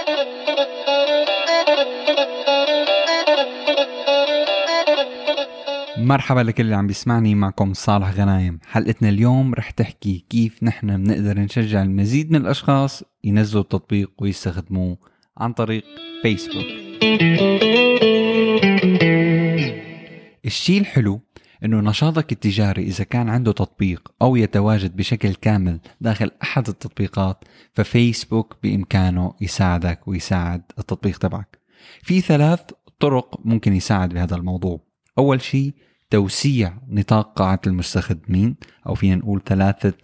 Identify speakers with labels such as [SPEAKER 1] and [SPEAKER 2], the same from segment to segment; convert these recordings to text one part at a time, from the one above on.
[SPEAKER 1] مرحبا لكل اللي عم بيسمعني، معكم صالح غنايم. حلقتنا اليوم رح تحكي كيف نحن بنقدر نشجع المزيد من الأشخاص ينزلوا التطبيق ويستخدموه عن طريق فيسبوك. الشيء الحلو إنه نشاطك التجاري إذا كان عنده تطبيق أو يتواجد بشكل كامل داخل أحد التطبيقات، ففيسبوك بإمكانه يساعدك ويساعد التطبيق تبعك. في 3 طرق ممكن يساعد بهذا الموضوع. أول شيء توسيع نطاق قاعة المستخدمين، أو فينا نقول 3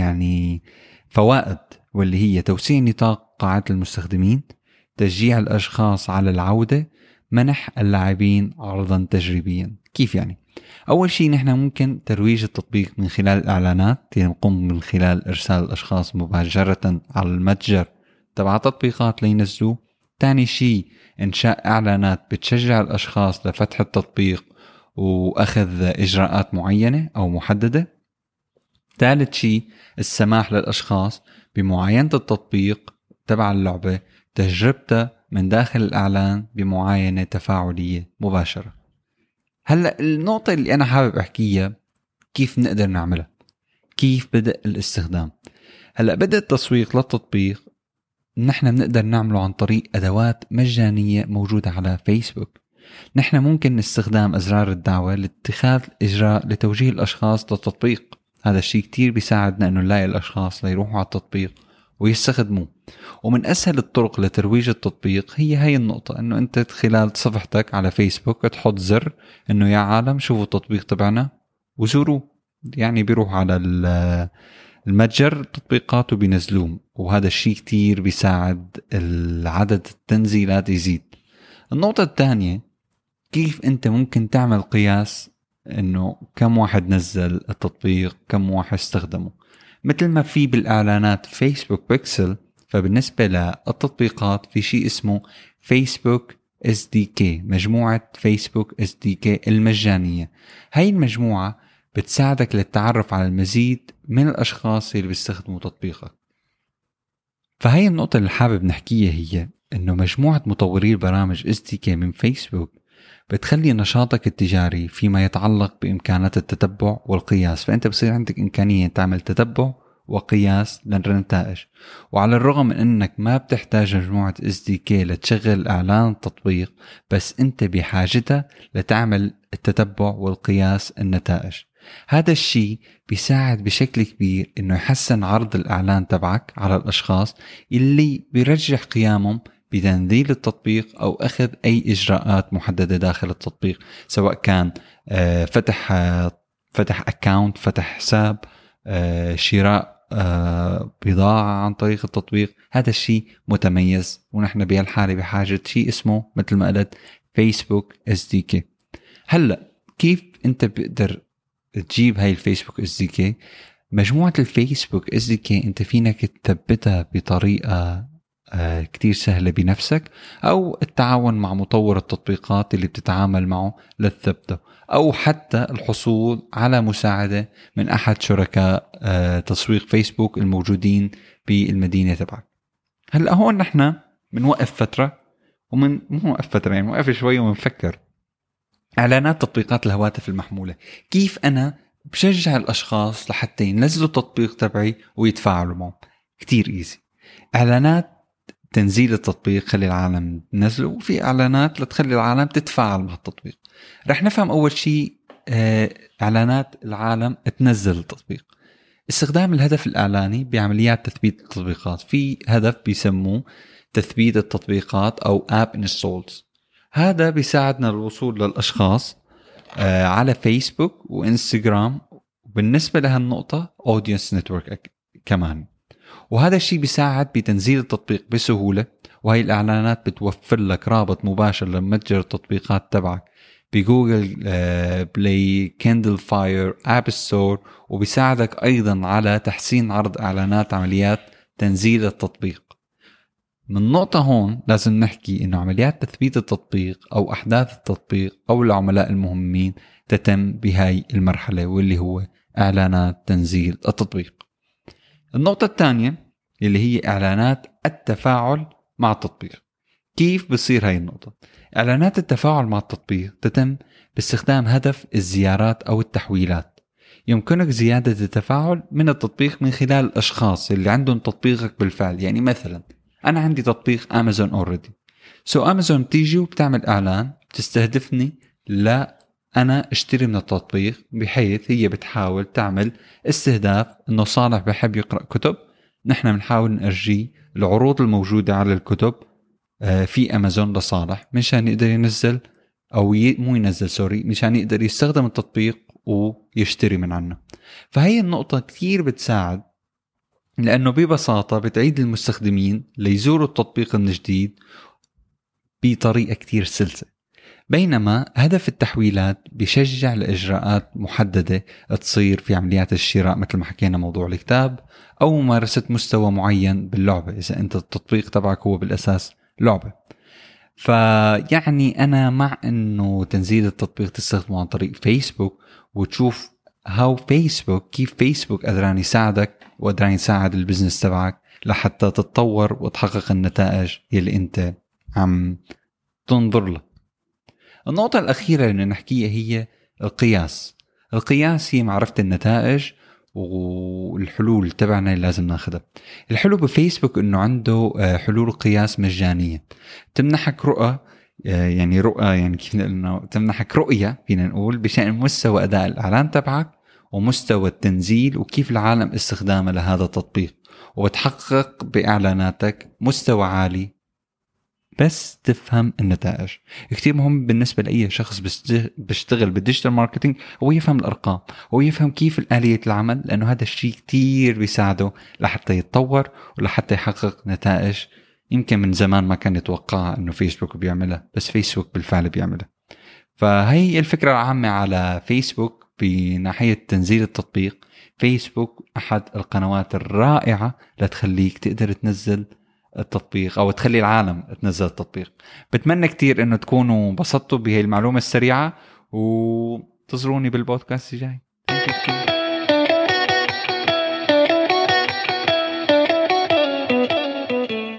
[SPEAKER 1] فوائد، واللي هي توسيع نطاق قاعة المستخدمين، تشجيع الأشخاص على العودة، منح اللاعبين عرضا تجريبيا. كيف يعني؟ أول شيء نحن ممكن ترويج التطبيق من خلال الإعلانات، نقوم من خلال إرسال الأشخاص مباشرة على المتجر تبع تطبيقات لينزلوه. تاني شيء إنشاء إعلانات بتشجع الأشخاص لفتح التطبيق وأخذ إجراءات معينة أو محددة. ثالث شيء السماح للأشخاص بمعاينة التطبيق تبع اللعبة، تجربته من داخل الإعلان بمعاينة تفاعلية مباشرة. هلأ النقطة اللي أنا حابب أحكيها كيف نقدر نعملها، كيف بدأ الاستخدام. هلأ بدأ التسويق للتطبيق نحن بنقدر نعمله عن طريق أدوات مجانية موجودة على فيسبوك. نحن ممكن استخدام أزرار الدعوة لاتخاذ إجراء لتوجيه الأشخاص للتطبيق. هذا الشيء كتير بيساعدنا أنه نلاقي الأشخاص ليروحوا على التطبيق ويستخدموه. ومن أسهل الطرق لترويج التطبيق هي هاي النقطة، أنه أنت خلال صفحتك على فيسبوك تحط زر أنه يا عالم شوفوا التطبيق تبعنا وزوروه. بيروح على المتجر التطبيقات وبينزلوهم، وهذا الشيء كتير بيساعد العدد التنزيلات يزيد. النقطة الثانية، كيف أنت ممكن تعمل قياس أنه كم واحد نزل التطبيق، كم واحد استخدمه. مثل ما في بالإعلانات فيسبوك بيكسل، فبالنسبة للتطبيقات في شيء اسمه فيسبوك SDK، مجموعة فيسبوك SDK المجانية. هاي المجموعة بتساعدك للتعرف على المزيد من الأشخاص اللي بيستخدموا تطبيقك. فهي النقطة اللي حابب نحكيها، هي إنه مجموعة مطوري البرامج SDK من فيسبوك بتخلي نشاطك التجاري فيما يتعلق بإمكانات التتبع والقياس. فأنت بصير عندك إمكانية تعمل تتبع وقياس للنتائج. وعلى الرغم من أنك ما بتحتاج مجموعة SDK لتشغل إعلان التطبيق، بس أنت بحاجتها لتعمل التتبع والقياس النتائج. هذا الشيء بيساعد بشكل كبير إنه يحسن عرض الإعلان تبعك على الأشخاص اللي بيرجح قيامهم بتنزيل التطبيق أو أخذ أي إجراءات محددة داخل التطبيق، سواء كان فتح أكاونت، فتح حساب، شراء بضاعة عن طريق التطبيق. هذا الشيء متميز، ونحن بهالحالة بحاجة شيء اسمه مثل ما قلت فيسبوك SDK. هلأ كيف أنت بقدر تجيب هاي الفيسبوك SDK؟ مجموعة الفيسبوك SDK أنت فينك تثبتها بطريقة كتير سهلة بنفسك، أو التعاون مع مطور التطبيقات اللي بتتعامل معه للثبته، أو حتى الحصول على مساعدة من أحد شركاء تسويق فيسبوك الموجودين بالمدينة تبعك. هلأ هون نحن منوقف فترة، موقف شوي ومنفكر إعلانات تطبيقات الهواتف المحمولة. كيف أنا بشجع الأشخاص لحتى ينزلوا التطبيق تبعي ويتفاعلوا معه؟ كتير إيزي. إعلانات تنزيل التطبيق خلي العالم تنزله، وفي إعلانات لتخلي العالم تتفاعل مع التطبيق. رح نفهم أول شيء إعلانات العالم تنزل التطبيق. استخدام الهدف الإعلاني بعمليات تثبيت التطبيقات. في هدف بيسموه تثبيت التطبيقات أو App Installs. هذا بيساعدنا الوصول للأشخاص على فيسبوك وإنستغرام، وبالنسبة لهالنقطة Audience Network كمان. وهذا الشيء بيساعد بتنزيل التطبيق بسهولة. وهي الإعلانات بتوفر لك رابط مباشر لمتجر التطبيقات تبعك بجوجل بلاي، كندل فاير، آب ستور، وبيساعدك أيضا على تحسين عرض إعلانات عمليات تنزيل التطبيق. من نقطة هون لازم نحكي إنه عمليات تثبيت التطبيق أو أحداث التطبيق أو العملاء المهمين تتم بهاي المرحلة، واللي هو إعلانات تنزيل التطبيق. النقطة الثانية اللي هي إعلانات التفاعل مع التطبيق. كيف بصير هاي النقطة؟ إعلانات التفاعل مع التطبيق تتم باستخدام هدف الزيارات أو التحويلات. يمكنك زيادة التفاعل من التطبيق من خلال الأشخاص اللي عندهم تطبيقك بالفعل. يعني مثلا أنا عندي تطبيق أمازون أوريدي، أمازون تيجي وبتعمل إعلان بتستهدفني لا أنا اشتري من التطبيق، بحيث هي بتحاول تعمل استهداف إنه صالح بحب يقرأ كتب، نحن بنحاول نرجيه العروض الموجودة على الكتب في أمازون لصالح مشان يقدر ينزل أو مو ينزل سوري، مشان يقدر يستخدم التطبيق ويشتري من عنه. فهي النقطة كتير بتساعد، لأنه ببساطة بتعيد المستخدمين ليزوروا التطبيق الجديد بطريقة كتير سلسة. بينما هدف التحويلات بيشجع لإجراءات محددة تصير في عمليات الشراء، مثل ما حكينا موضوع الكتاب، أو ممارسة مستوى معين باللعبة إذا أنت التطبيق تبعك هو بالأساس لعبة. فيعني أنا مع أنه تنزيل التطبيق تستخدمه عن طريق فيسبوك، وتشوف كيف فيسبوك قدران يساعدك وقدران يساعد البزنس تبعك لحتى تتطور وتحقق النتائج يلي أنت عم تنظر له. النقطة الأخيرة اللي نحكيها هي القياس هي معرفة النتائج والحلول تبعنا اللي لازم ناخدها. الحلو بفيسبوك انه عنده حلول قياس مجانية تمنحك رؤى، يعني كيف انه تمنحك رؤية فينا نقول بشأن مستوى أداء الإعلان تبعك ومستوى التنزيل وكيف العالم استخدامه لهذا التطبيق، وتحقق بإعلاناتك مستوى عالي بس تفهم النتائج. كتير مهم بالنسبة لأي شخص بيشتغل بالديجيتال ماركتينج هو يفهم الأرقام، هو يفهم كيف الآلية العمل، لأنه هذا الشيء كتير بيساعده لحتى يتطور ولحتى يحقق نتائج يمكن من زمان ما كان يتوقعها أنه فيسبوك بيعملها، بس فيسبوك بالفعل بيعملها. فهي الفكرة العامة على فيسبوك بناحية تنزيل التطبيق. فيسبوك أحد القنوات الرائعة لتخليك تقدر تنزل التطبيق أو تخلي العالم تنزل التطبيق. بتمنى كتير إنه تكونوا بسطتوا بهاي المعلومة السريعة، وتزوروني بالبودكاست الجاي.